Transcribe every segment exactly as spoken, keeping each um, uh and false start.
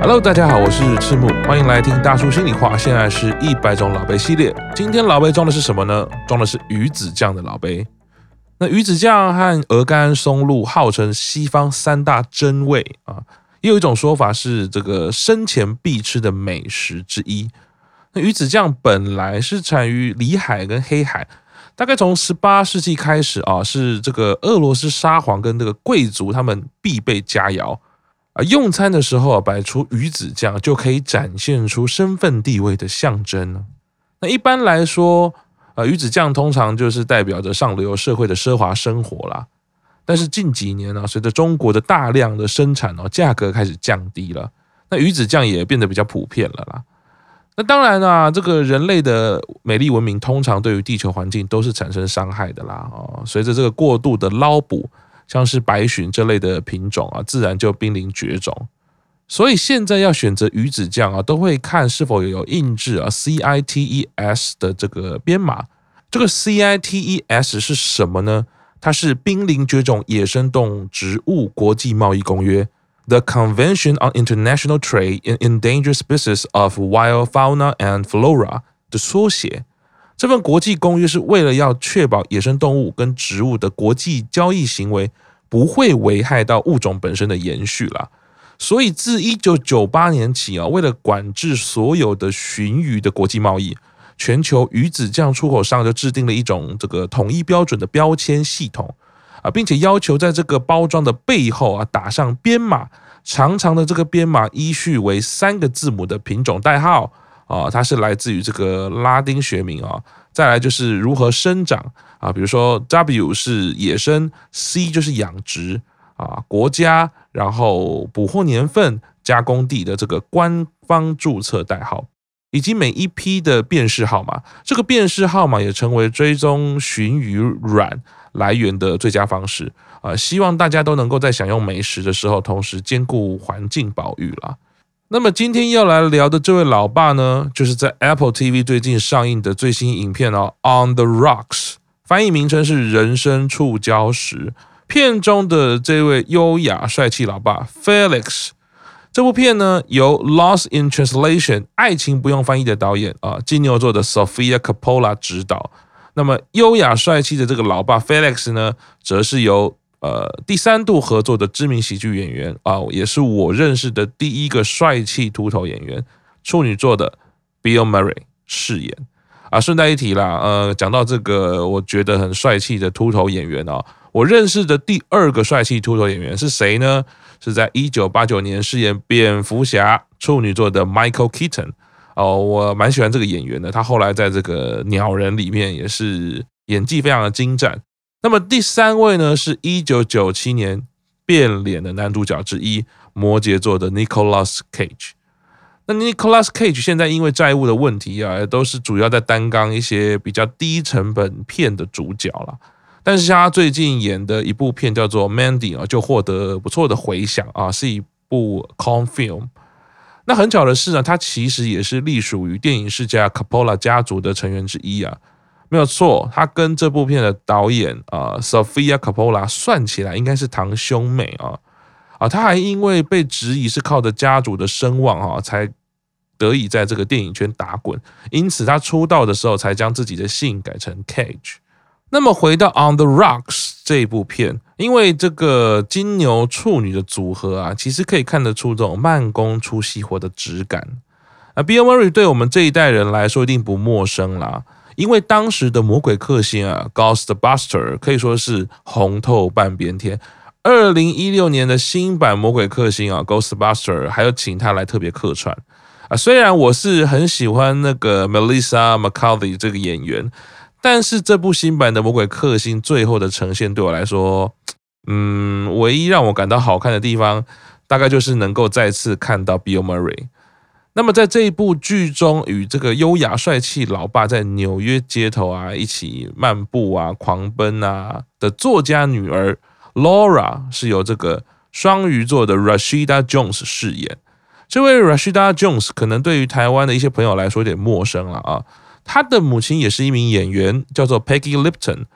Hello， 大家好，我是赤木，欢迎来听大叔心里话。现在是一百种老杯系列，今天老杯装的是什么呢？装的是鱼子酱的老杯。那鱼子酱和鹅肝、松露号称西方三大珍味啊，也有一种说法是这个生前必吃的美食之一。那鱼子酱本来是产于里海跟黑海，大概从十八世纪开始啊，是这个俄罗斯沙皇跟这个贵族他们必备佳肴。啊，用餐的时候啊，摆出鱼子酱就可以展现出身份地位的象征。那一般来说，呃，鱼子酱通常就是代表着上流社会的奢华生活啦。但是近几年啊，随着中国的大量的生产哦，价格开始降低了，那鱼子酱也变得比较普遍了啦。那当然啊，这个人类的美丽文明通常对于地球环境都是产生伤害的啦。哦，随着这个过度的捞捕，像是白鲟这类的品种啊，自然就濒临绝种。所以现在要选择鱼子酱啊，都会看是否有印制啊 C I T E S 的这个编码。这个 C I T E S 是什么呢？它是濒临绝种野生动植物国际贸易公约 The Convention on International Trade in Endangered Species of Wild Fauna and Flora 的缩写。这份国际公约是为了要确保野生动物跟植物的国际交易行为不会危害到物种本身的延续啦。所以自一九九八年起啊，为了管制所有的鲟鱼的国际贸易，全球鱼子酱出口商就制定了一种这个统一标准的标签系统啊，并且要求在这个包装的背后啊打上编码，长长的这个编码依序为三个字母的品种代号。啊，它是来自于这个拉丁学名啊，再来就是如何生长啊，比如说 W 是野生 ，C 就是养殖啊，国家，然后捕获年份、加工地的这个官方注册代号，以及每一批的辨识号码。这个辨识号码也成为追踪鲟鱼卵来源的最佳方式啊，希望大家都能够在享用美食的时候，同时兼顾环境保育啦。那么今天要来聊的这位老爸呢，就是在 Apple T V 最近上映的最新影片哦 ，On the Rocks， 翻译名称是人生触礁石。片中的这位优雅帅气老爸 Felix， 这部片呢由 Lost in Translation 爱情不用翻译的导演啊，金牛座的 Sofia Coppola 执导。那么优雅帅气的这个老爸 Felix 呢，则是由呃，第三度合作的知名喜剧演员啊，也是我认识的第一个帅气秃头演员，处女座的 Bill Murray 饰演啊。顺带一提啦，呃，讲到这个我觉得很帅气的秃头演员啊，我认识的第二个帅气秃头演员是谁呢？是在一九八九年饰演蝙蝠侠处女座的 Michael Keaton 哦，我蛮喜欢这个演员的，他后来在这个鸟人里面也是演技非常的精湛。那么第三位呢，是一九九七年变脸的男主角之一，摩羯座的 Nicolas Cage。那 Nicolas Cage 现在因为债务的问题啊，都是主要在担纲一些比较低成本片的主角啦。但是像他最近演的一部片叫做 Mandy 啊，就获得不错的回响啊，是一部 Con Film。那很巧的是呢，他其实也是隶属于电影世家 Coppola 家族的成员之一啊。没有错，他跟这部片的导演啊、呃、Sofia Coppola 算起来应该是堂兄妹啊啊，他还因为被质疑是靠着家族的声望啊，才得以在这个电影圈打滚，因此他出道的时候才将自己的姓改成 Cage。那么回到 On the Rocks 这一部片，因为这个金牛处女的组合啊，其实可以看得出这种慢工出细活的质感啊。Bill Murray 对我们这一代人来说一定不陌生啦。因为当时的魔鬼克星啊 Ghostbuster 可以说是红透半边天。二零一六年的新版魔鬼克星啊 Ghostbuster 还有请他来特别客串啊。虽然我是很喜欢那个 Melissa McCarthy 这个演员，但是这部新版的魔鬼克星最后的呈现对我来说，嗯，唯一让我感到好看的地方，大概就是能够再次看到 Bill Murray。那么在这一部剧中，与这个优雅帅气老爸在纽约街头啊一起漫步啊、狂奔啊的作家女儿 Laura 是由这个双鱼座的 Rashida Jones 饰演。这位 Rashida Jones 可能对于台湾的一些朋友来说有点陌生了啊。她的母亲也是一名演员，叫做 Peggy Lipton。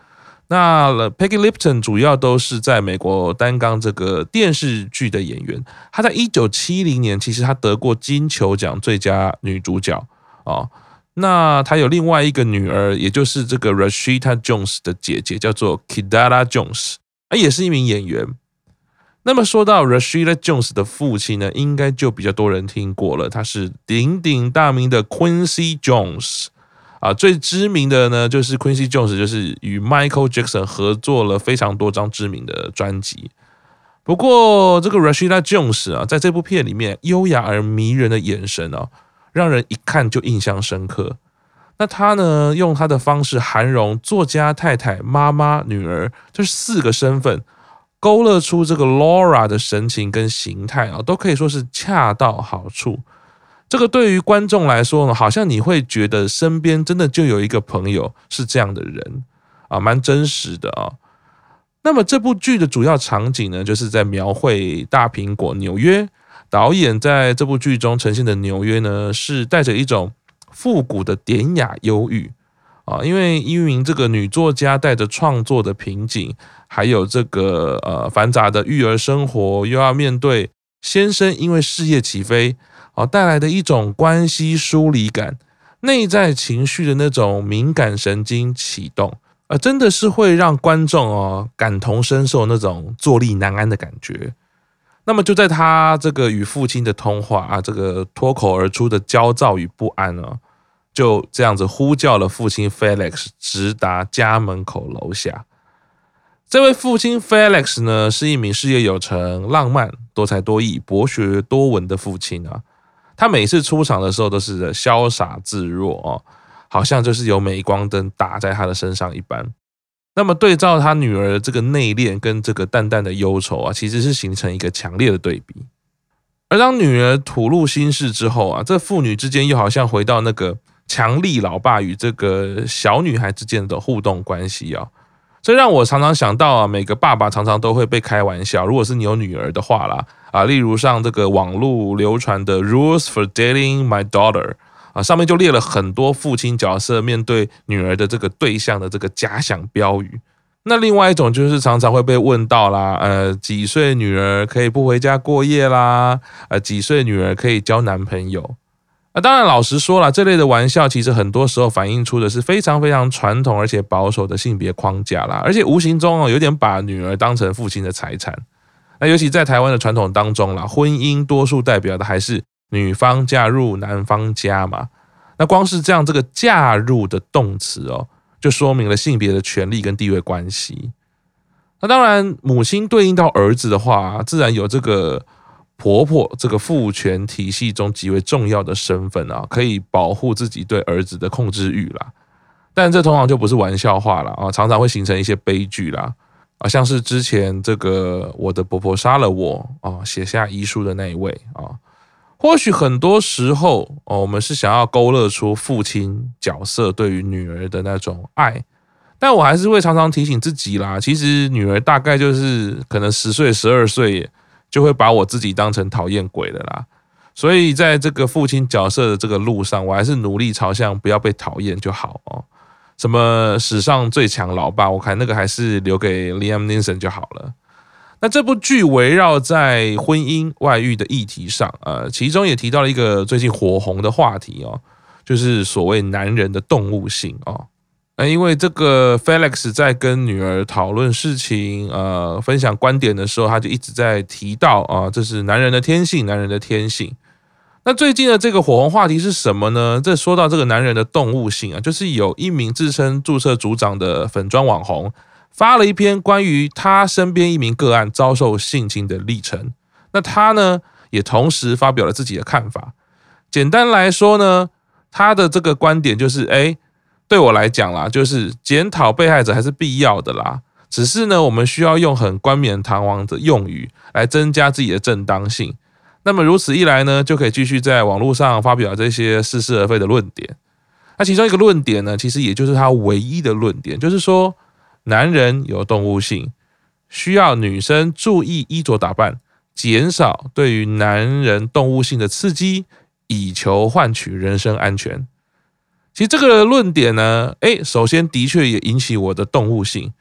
那 Peggy Lipton 主要都是在美国担纲这个电视剧的演员。她在一九七零年其实她得过金球奖最佳女主角哦。那她有另外一个女儿，也就是这个 Rashida Jones 的姐姐，叫做 Kidada Jones， 也是一名演员。那么说到 Rashida Jones 的父亲呢，应该就比较多人听过了，他是鼎鼎大名的 Quincy Jones。啊，最知名的呢，就是 Quincy Jones， 就是与 Michael Jackson 合作了非常多张知名的专辑。不过，这个 Rashida Jones 啊，在这部片里面优雅而迷人的眼神啊，让人一看就印象深刻。那他呢，用他的方式涵容作家、太太、妈妈、女儿这四个身份，勾勒出这个 Laura 的神情跟形态啊，都可以说是恰到好处。这个对于观众来说呢，好像你会觉得身边真的就有一个朋友是这样的人啊，蛮真实的啊。那么这部剧的主要场景呢，就是在描绘大苹果纽约。导演在这部剧中呈现的纽约呢，是带着一种复古的典雅忧郁啊，因为一名这个女作家带着创作的瓶颈，还有这个呃繁杂的育儿生活，又要面对先生因为事业起飞。带来的一种关系疏离感，内在情绪的那种敏感神经启动，呃，真的是会让观众哦感同身受那种坐立难安的感觉。那么就在他这个与父亲的通话啊，这个脱口而出的焦躁与不安啊，就这样子呼叫了父亲 Felix 直达家门口楼下。这位父亲 Felix 呢，是一名事业有成、浪漫、多才多艺、博学多闻的父亲啊。他每次出场的时候都是潇洒自若哦，好像就是有镁光灯打在他的身上一般。那么对照他女儿这个内敛跟这个淡淡的忧愁啊，其实是形成一个强烈的对比。而当女儿吐露心事之后啊，这父女之间又好像回到那个强力老爸与这个小女孩之间的互动关系啊。这让我常常想到啊，每个爸爸常常都会被开玩笑，如果是你有女儿的话啦，啊，例如像这个网络流传的 Rules for Dating My Daughter 啊，上面就列了很多父亲角色面对女儿的这个对象的这个假想标语。那另外一种就是常常会被问到啦，呃，几岁女儿可以不回家过夜啦？呃，几岁女儿可以交男朋友？啊，当然老实说啦，这类的玩笑其实很多时候反映出的是非常非常传统而且保守的性别框架啦，而且无形中哦有点把女儿当成父亲的财产。那尤其在台湾的传统当中啦，婚姻多数代表的还是女方嫁入男方家嘛。那光是这样这个嫁入的动词哦，就说明了性别的权利跟地位关系。那当然，母亲对应到儿子的话，自然有这个婆婆这个父权体系中极为重要的身份啊，可以保护自己对儿子的控制欲啦。但这通常就不是玩笑话啦啊，常常会形成一些悲剧啦啊，像是之前这个我的婆婆杀了我啊，写下遗书的那一位啊。或许很多时候哦，我们是想要勾勒出父亲角色对于女儿的那种爱，但我还是会常常提醒自己啦，其实女儿大概就是可能十岁、十二岁就会把我自己当成讨厌鬼了啦。所以在这个父亲角色的这个路上，我还是努力朝向不要被讨厌就好哦。什么史上最强老爸，我看那个还是留给 Liam Neeson 就好了。那这部剧围绕在婚姻外遇的议题上，呃，其中也提到了一个最近火红的话题哦，就是所谓男人的动物性哦。那因为这个 Felix 在跟女儿讨论事情，呃，分享观点的时候，他就一直在提到啊，这是男人的天性，男人的天性。那最近的这个火红话题是什么呢？这说到这个男人的动物性啊，就是有一名自称注册组长的粉专网红发了一篇关于他身边一名个案遭受性侵的历程。那他呢，也同时发表了自己的看法。简单来说呢，他的这个观点就是，哎，对我来讲啦，就是检讨被害者还是必要的啦。只是呢，我们需要用很冠冕堂皇的用语来增加自己的正当性。那么如此一来呢，就可以继续在网络上发表这些似是而非的论点。那其中一个论点呢，其实也就是他唯一的论点，就是说男人有动物性，需要女生注意衣着打扮，减少对于男人动物性的刺激，以求换取人身安全。其实这个论点呢，诶，首先的确也引起我的动物性，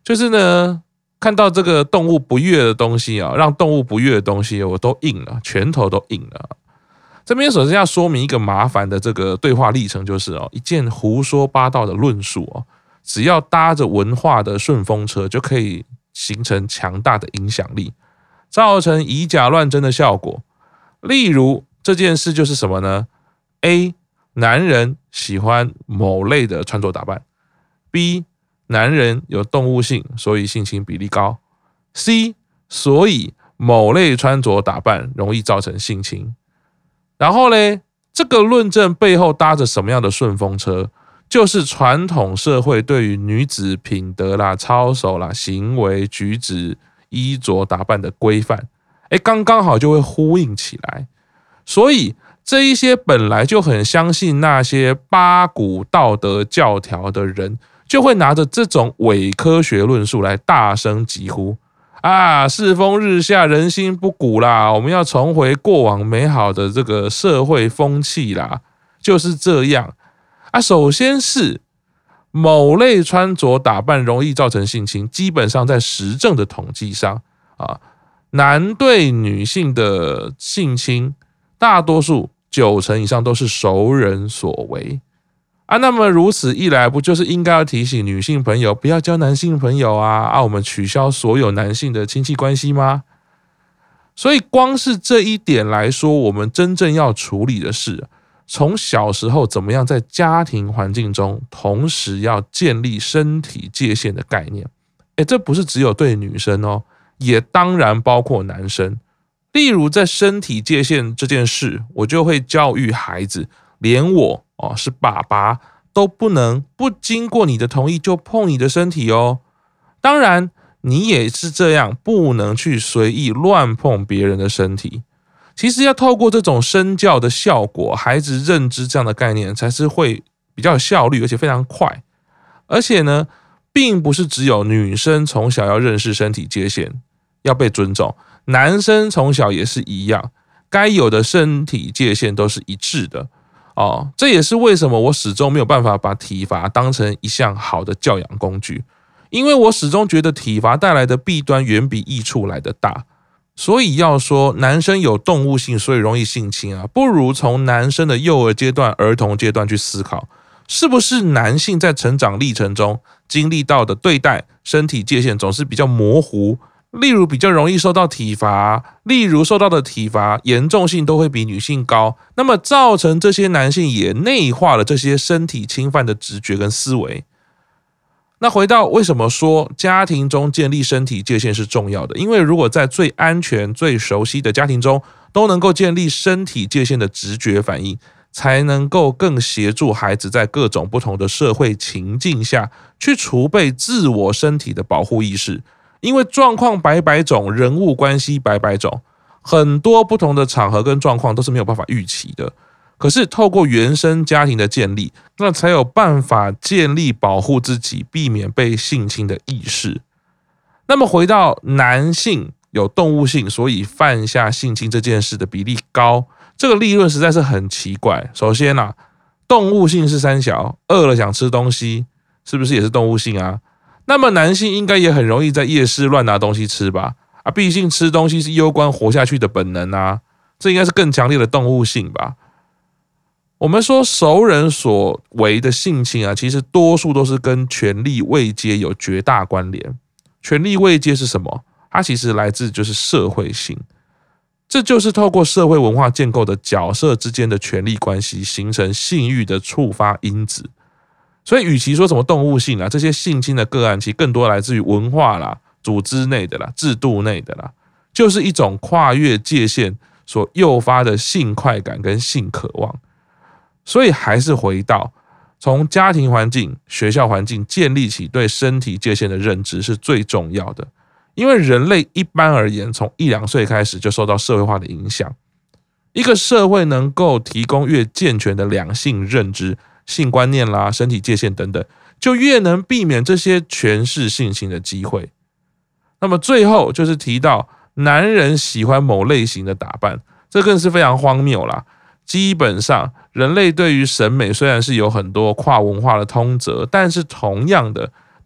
就是呢，看到这个动物不悦的东西啊，让动物不悦的东西，我都硬了，拳头都硬了。这边首先要说明一个麻烦的这个对话历程，就是哦，一件胡说八道的论述哦，只要搭着文化的顺风车，就可以形成强大的影响力，造成以假乱真的效果。例如这件事就是什么呢 ？A. 男人喜欢某类的穿着打扮 ；B. 男人有动物性，所以性侵比例高 ；C. 所以某类穿着打扮容易造成性侵。然后呢，这个论证背后搭着什么样的顺风车？就是传统社会对于女子品德啦、操守啦、行为举止、衣着打扮的规范，哎，刚刚好就会呼应起来。所以这一些本来就很相信那些八股道德教条的人，就会拿着这种伪科学论述来大声疾呼。啊，世风日下，人心不古啦！我们要重回过往美好的这个社会风气啦，就是这样啊。首先是某类穿着打扮容易造成性侵，基本上在实证的统计上啊，男对女性的性侵，大多数九成以上都是熟人所为。啊，那么如此一来，不就是应该要提醒女性朋友不要交男性朋友啊？啊，我们取消所有男性的亲戚关系吗？所以光是这一点来说，我们真正要处理的是，从小时候怎么样在家庭环境中，同时要建立身体界限的概念。诶，这不是只有对女生哦，也当然包括男生。例如在身体界限这件事，我就会教育孩子，连我哦是爸爸都不能不经过你的同意就碰你的身体哦。当然你也是这样，不能去随意乱碰别人的身体。其实要透过这种身教的效果，孩子认知这样的概念才是会比较有效率，而且非常快。而且呢，并不是只有女生从小要认识身体界限，要被尊重，男生从小也是一样，该有的身体界限都是一致的。哦，这也是为什么我始终没有办法把体罚当成一项好的教养工具，因为我始终觉得体罚带来的弊端远比益处来得大。所以要说男生有动物性，所以容易性侵啊，不如从男生的幼儿阶段、儿童阶段去思考，是不是男性在成长历程中经历到的对待身体界限总是比较模糊，例如比较容易受到体罚，例如受到的体罚严重性都会比女性高，那么造成这些男性也内化了这些身体侵犯的直觉跟思维。那回到为什么说家庭中建立身体界限是重要的，因为如果在最安全最熟悉的家庭中都能够建立身体界限的直觉反应，才能够更协助孩子在各种不同的社会情境下去储备自我身体的保护意识。因为状况百百种，人物关系百百种，很多不同的场合跟状况都是没有办法预期的。可是透过原生家庭的建立，那才有办法建立保护自己、避免被性侵的意识。那么回到男性有动物性，所以犯下性侵这件事的比例高，这个立论实在是很奇怪。首先啊，动物性是三小，饿了想吃东西，是不是也是动物性啊？那么男性应该也很容易在夜市乱拿东西吃吧？啊，毕竟吃东西是攸关活下去的本能啊，这应该是更强烈的动物性吧？我们说熟人所为的性侵啊，其实多数都是跟权力位阶有绝大关联。权力位阶是什么？它其实来自就是社会性，这就是透过社会文化建构的角色之间的权力关系，形成性欲的触发因子。所以与其说什么动物性啊，这些性侵的个案其实更多来自于文化啦、组织内的啦、制度内的啦，就是一种跨越界限所诱发的性快感跟性渴望。所以还是回到从家庭环境、学校环境建立起对身体界限的认知是最重要的。因为人类一般而言，从一两岁开始就受到社会化的影响。一个社会能够提供越健全的两性认知、性观念啦、身体界限等等，就越能避免这些权势性侵的机会。那么最后就是提到男人喜欢某类型的打扮，这更是非常荒谬啦。基本上人类对于审美虽然是有很多跨文化的通则，但是同样的，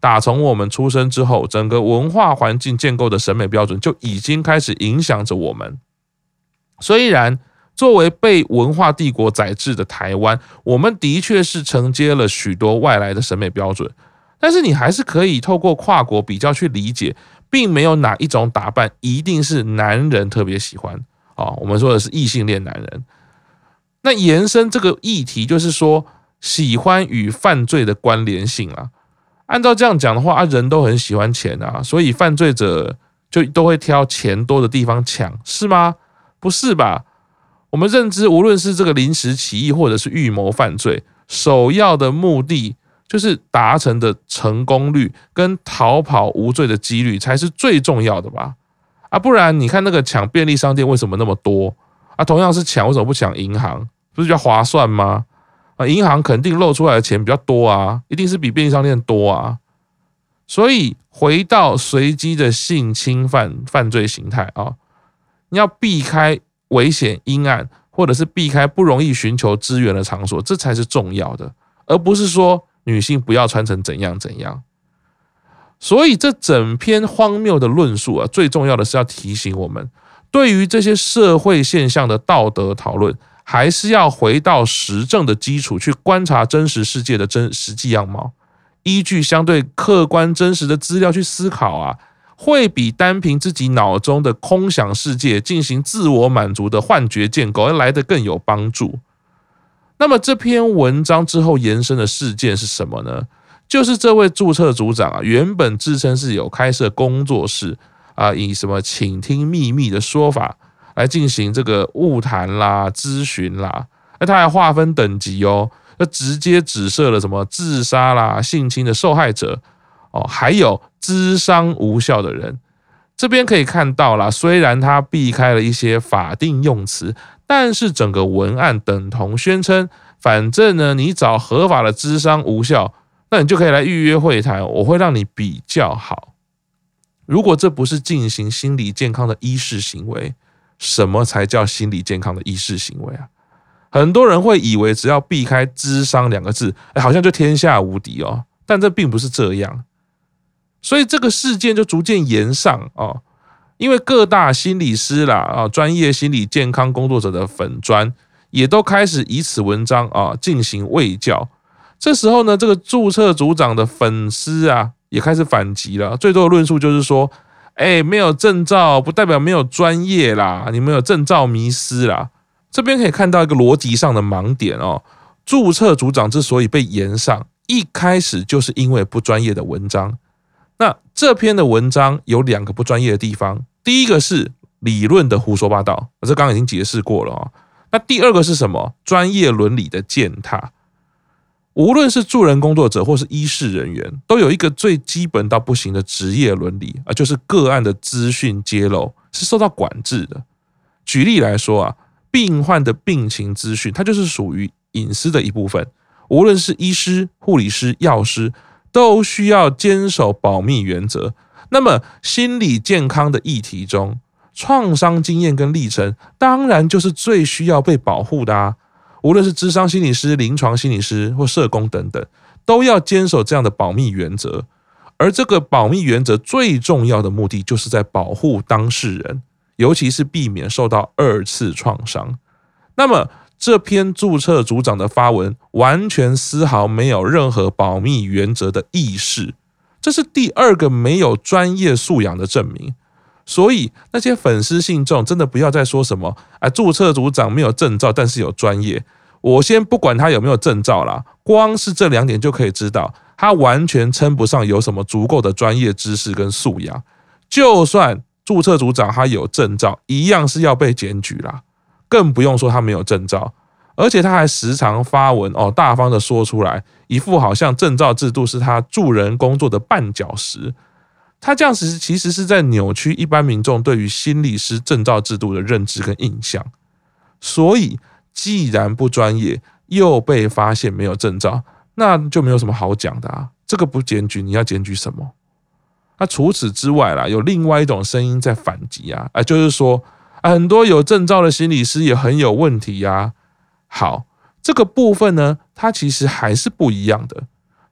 打从我们出生之后，整个文化环境建构的审美标准就已经开始影响着我们。虽然作为被文化帝国宰制的台湾，我们的确是承接了许多外来的审美标准，但是你还是可以透过跨国比较去理解，并没有哪一种打扮一定是男人特别喜欢。哦，我们说的是异性恋男人。那延伸这个议题，就是说喜欢与犯罪的关联性啦。按照这样讲的话，啊，人都很喜欢钱啊，所以犯罪者就都会挑钱多的地方抢，是吗？不是吧？我们认知，无论是这个临时起意或者是预谋犯罪，首要的目的就是达成的成功率跟逃跑无罪的几率才是最重要的吧？啊，不然你看那个抢便利商店为什么那么多啊？同样是抢，为什么不抢银行？不是比较划算吗？啊，银行肯定露出来的钱比较多啊，一定是比便利商店多啊。所以回到随机的性侵犯犯罪形态啊，你要避开危险阴暗，或者是避开不容易寻求资源的场所，这才是重要的，而不是说女性不要穿成怎样怎样。所以这整篇荒谬的论述啊，最重要的是要提醒我们，对于这些社会现象的道德讨论，还是要回到实证的基础去观察真实世界的真实际样貌，依据相对客观真实的资料去思考啊，会比单凭自己脑中的空想世界进行自我满足的幻觉建构来得更有帮助。那么这篇文章之后延伸的事件是什么呢？就是这位注册组长啊，原本自称是有开设工作室啊，以什么倾听秘密的说法来进行这个晤谈啦、咨询啦，那他还划分等级哦，那直接指涉了什么自杀啦、性侵的受害者哦，还有諮商无效的人。这边可以看到啦，虽然他避开了一些法定用词，但是整个文案等同宣称，反正呢，你找合法的諮商无效，那你就可以来预约会谈，我会让你比较好。如果这不是进行心理健康的医事行为，什么才叫心理健康的医事行为啊？很多人会以为只要避开諮商两个字，哎，好像就天下无敌哦，但这并不是这样。所以这个事件就逐渐延上哦，因为各大心理师啦啊，专业心理健康工作者的粉专也都开始以此文章啊进行卫教。这时候呢，这个注册组长的粉丝啊也开始反击了，最多的论述就是说，哎，没有证照不代表没有专业啦，你们有证照迷思啦。这边可以看到一个逻辑上的盲点哦，注册组长之所以被延上，一开始就是因为不专业的文章。那这篇的文章有两个不专业的地方，第一个是理论的胡说八道，这刚刚已经解释过了哦。那第二个是什么？专业伦理的践踏。无论是助人工作者或是医事人员，都有一个最基本到不行的职业伦理啊，就是个案的资讯揭露是受到管制的。举例来说啊，病患的病情资讯，它就是属于隐私的一部分，无论是医师、护理师、药师，都需要坚守保密原则。那么心理健康的议题中，创伤经验跟历程当然就是最需要被保护的啊。无论是諮商心理师、临床心理师或社工等等，都要坚守这样的保密原则。而这个保密原则最重要的目的，就是在保护当事人，尤其是避免受到二次创伤。那么这篇注册组长的发文完全丝毫没有任何保密原则的意识，这是第二个没有专业素养的证明。所以那些粉丝信众真的不要再说什么啊，注册组长没有证照但是有专业。我先不管他有没有证照啦，光是这两点就可以知道，他完全称不上有什么足够的专业知识跟素养。就算注册组长他有证照，一样是要被检举啦，更不用说他没有证照。而且他还时常发文哦，大方的说出来，一副好像证照制度是他助人工作的绊脚石。他这样子其实是在扭曲一般民众对于心理师证照制度的认知跟印象。所以既然不专业，又被发现没有证照，那就没有什么好讲的啊。这个不检举，你要检举什么？那除此之外啦，有另外一种声音在反击啊，啊就是说啊，很多有证照的心理师也很有问题啊。好，这个部分呢，它其实还是不一样的。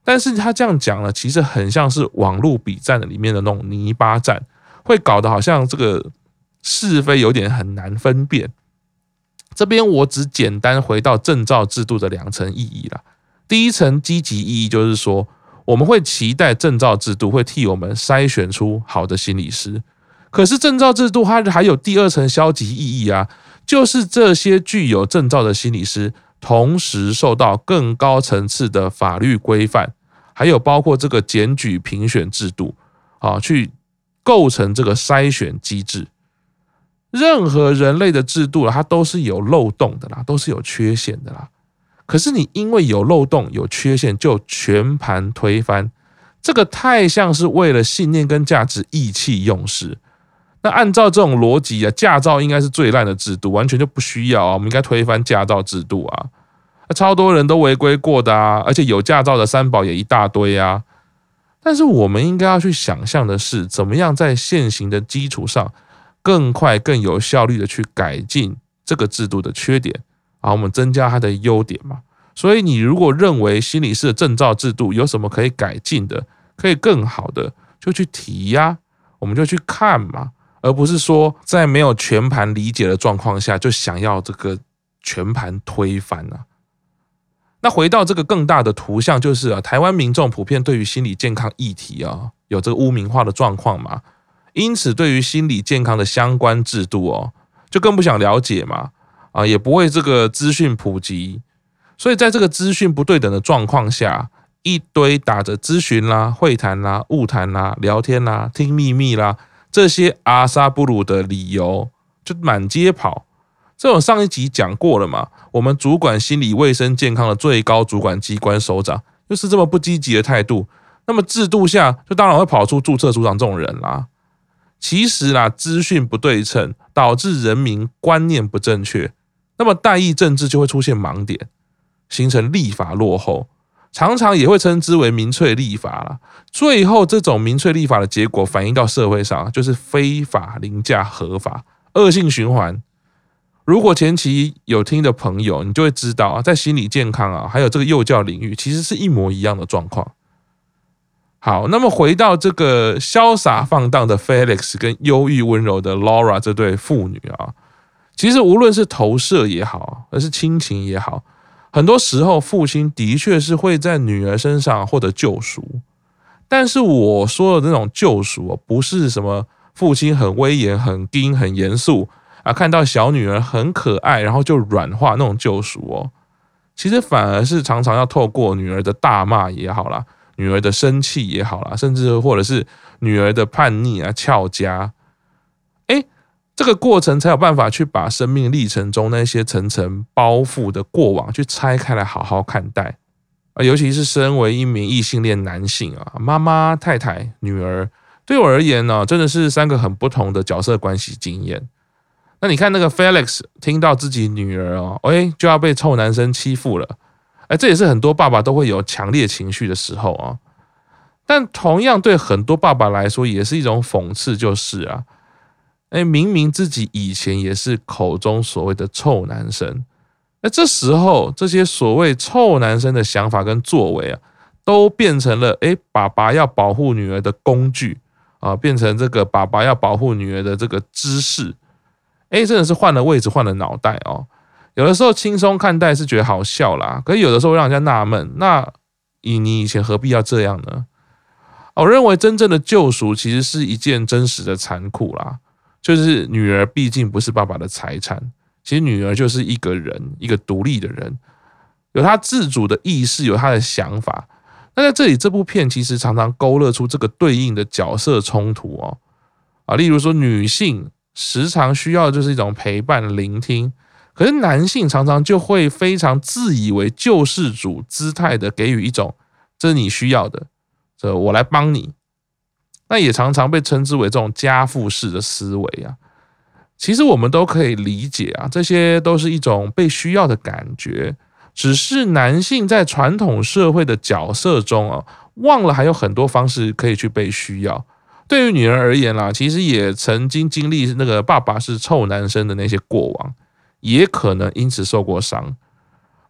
但是他这样讲呢，其实很像是网络比战的里面的那种泥巴战，会搞得好像这个是非有点很难分辨。这边我只简单回到证照制度的两层意义啦。第一层积极意义就是说，我们会期待证照制度会替我们筛选出好的心理师。可是证照制度它还有第二层消极意义啊，就是这些具有证照的心理师同时受到更高层次的法律规范，还有包括这个检举评选制度啊，去构成这个筛选机制。任何人类的制度它都是有漏洞的啦，都是有缺陷的啦。可是你因为有漏洞有缺陷就全盘推翻，这个太像是为了信念跟价值意气用事。那按照这种逻辑啊，驾照应该是最烂的制度，完全就不需要啊，我们应该推翻驾照制度啊。超多人都违规过的啊，而且有驾照的三宝也一大堆啊。但是我们应该要去想象的是，怎么样在现行的基础上更快更有效率的去改进这个制度的缺点啊，我们增加它的优点嘛。所以你如果认为心理师的证照制度有什么可以改进的，可以更好的，就去提呀、啊，我们就去看嘛，而不是说在没有全盘理解的状况下就想要这个全盘推翻啊。那回到这个更大的图像，就是啊，台湾民众普遍对于心理健康议题啊有这个污名化的状况嘛，因此对于心理健康的相关制度哦，就更不想了解嘛，啊，也不会这个资讯普及，所以在这个资讯不对等的状况下，一堆打着咨询啦、会谈啦、晤谈啦、聊天啦、听秘密啦这些阿萨布鲁的理由就满街跑。这种上一集讲过了嘛，我们主管心理卫生健康的最高主管机关首长又是这么不积极的态度，那么制度下就当然会跑出注册组长这种人啦。其实啦，资讯不对称导致人民观念不正确，那么代议政治就会出现盲点，形成立法落后，常常也会称之为民粹立法啦。最后这种民粹立法的结果反映到社会上，就是非法凌驾合法，恶性循环。如果前期有听的朋友，你就会知道啊，在心理健康啊，还有这个幼教领域，其实是一模一样的状况。好，那么回到这个潇洒放荡的 Felix 跟忧郁温柔的 Laura 这对父女啊，其实无论是投射也好，而是亲情也好，很多时候父亲的确是会在女儿身上获得救赎。但是我说的那种救赎，不是什么父亲很威严、很硬、很严肃啊，看到小女儿很可爱，然后就软化那种救赎哦。其实反而是常常要透过女儿的大骂也好啦，女儿的生气也好啦，甚至或者是女儿的叛逆啊、翘家，哎，这个过程才有办法去把生命历程中那些层层包袱的过往去拆开来好好看待。尤其是身为一名异性恋男性啊，妈妈、太太、女儿，对我而言呢、啊，真的是三个很不同的角色关系经验。那你看那个 Felix 听到自己女儿哦，哎，就要被臭男生欺负了，哎，这也是很多爸爸都会有强烈情绪的时候啊。但同样对很多爸爸来说，也是一种讽刺，就是啊，哎，明明自己以前也是口中所谓的臭男生，那这时候这些所谓臭男生的想法跟作为啊，都变成了哎，爸爸要保护女儿的工具啊，变成这个爸爸要保护女儿的这个知识。哎，真的是换了位置，换了脑袋哦。有的时候轻松看待是觉得好笑啦，可是有的时候让人家纳闷，那以你以前何必要这样呢？我认为真正的救赎其实是一件真实的残酷啦，就是女儿毕竟不是爸爸的财产，其实女儿就是一个人，一个独立的人，有她自主的意识，有她的想法。那在这里，这部片其实常常勾勒出这个对应的角色冲突哦。啊，例如说女性时常需要就是一种陪伴、聆听，可是男性常常就会非常自以为救世主姿态的给予一种这是你需要的，这我来帮你。那也常常被称之为这种家父式的思维啊。其实我们都可以理解啊，这些都是一种被需要的感觉，只是男性在传统社会的角色中啊，忘了还有很多方式可以去被需要。对于女人而言啦，其实也曾经经历那个爸爸是臭男生的那些过往，也可能因此受过伤啊。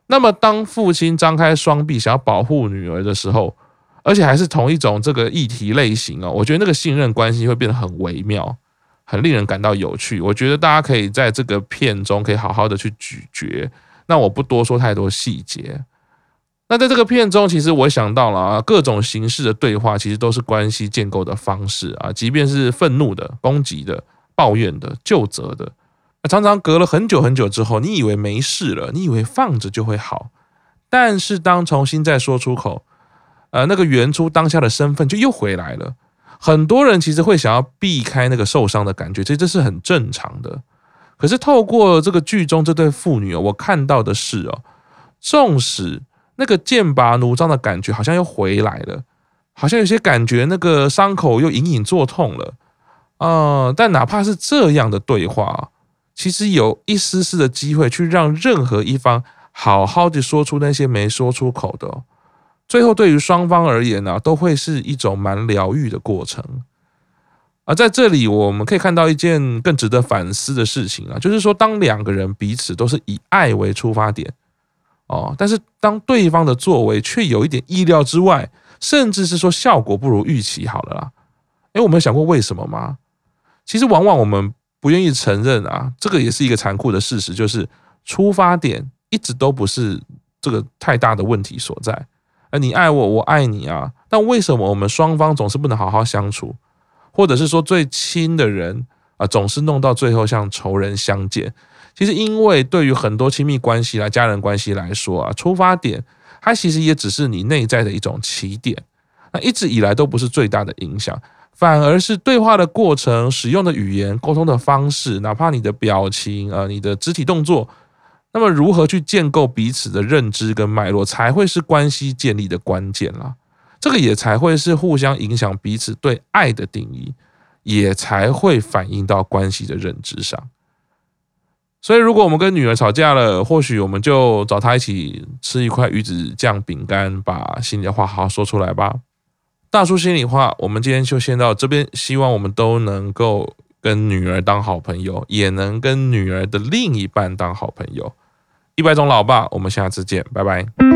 那么当父亲张开双臂想要保护女儿的时候，而且还是同一种这个议题类型哦，我觉得那个信任关系会变得很微妙，很令人感到有趣。我觉得大家可以在这个片中可以好好的去咀嚼，那我不多说太多细节。那在这个片中，其实我想到了啊，各种形式的对话其实都是关系建构的方式啊，即便是愤怒的、攻击的、抱怨的、究责的，常常隔了很久很久之后，你以为没事了，你以为放着就会好，但是当重新再说出口，呃，那个原初当下的身份就又回来了。很多人其实会想要避开那个受伤的感觉，这这是很正常的。可是透过这个剧中这对父女哦，我看到的是哦，纵使那个剑拔弩张的感觉好像又回来了，好像有些感觉那个伤口又隐隐作痛了，呃，但哪怕是这样的对话，其实有一丝丝的机会去让任何一方好好的说出那些没说出口的哦，最后对于双方而言呢、啊，都会是一种蛮疗愈的过程。而在这里，我们可以看到一件更值得反思的事情啊，就是说，当两个人彼此都是以爱为出发点哦，但是当对方的作为却有一点意料之外，甚至是说效果不如预期，好了啦，哎，我们有想过为什么吗？其实往往我们不愿意承认啊，这个也是一个残酷的事实，就是出发点一直都不是这个太大的问题所在。而你爱我，我爱你啊，但为什么我们双方总是不能好好相处？或者是说最亲的人啊，总是弄到最后像仇人相见。其实因为对于很多亲密关系啦、家人关系来说啊，出发点它其实也只是你内在的一种起点，那一直以来都不是最大的影响，反而是对话的过程、使用的语言、沟通的方式，哪怕你的表情啊、你的肢体动作，那么如何去建构彼此的认知跟脉络，才会是关系建立的关键啦。这个也才会是互相影响彼此对爱的定义，也才会反映到关系的认知上。所以如果我们跟女儿吵架了，或许我们就找她一起吃一块鱼子酱饼干，把心里的话好好说出来吧。大叔心里话，我们今天就先到这边，希望我们都能够跟女儿当好朋友，也能跟女儿的另一半当好朋友。一百种老爸，我们下次见，拜拜。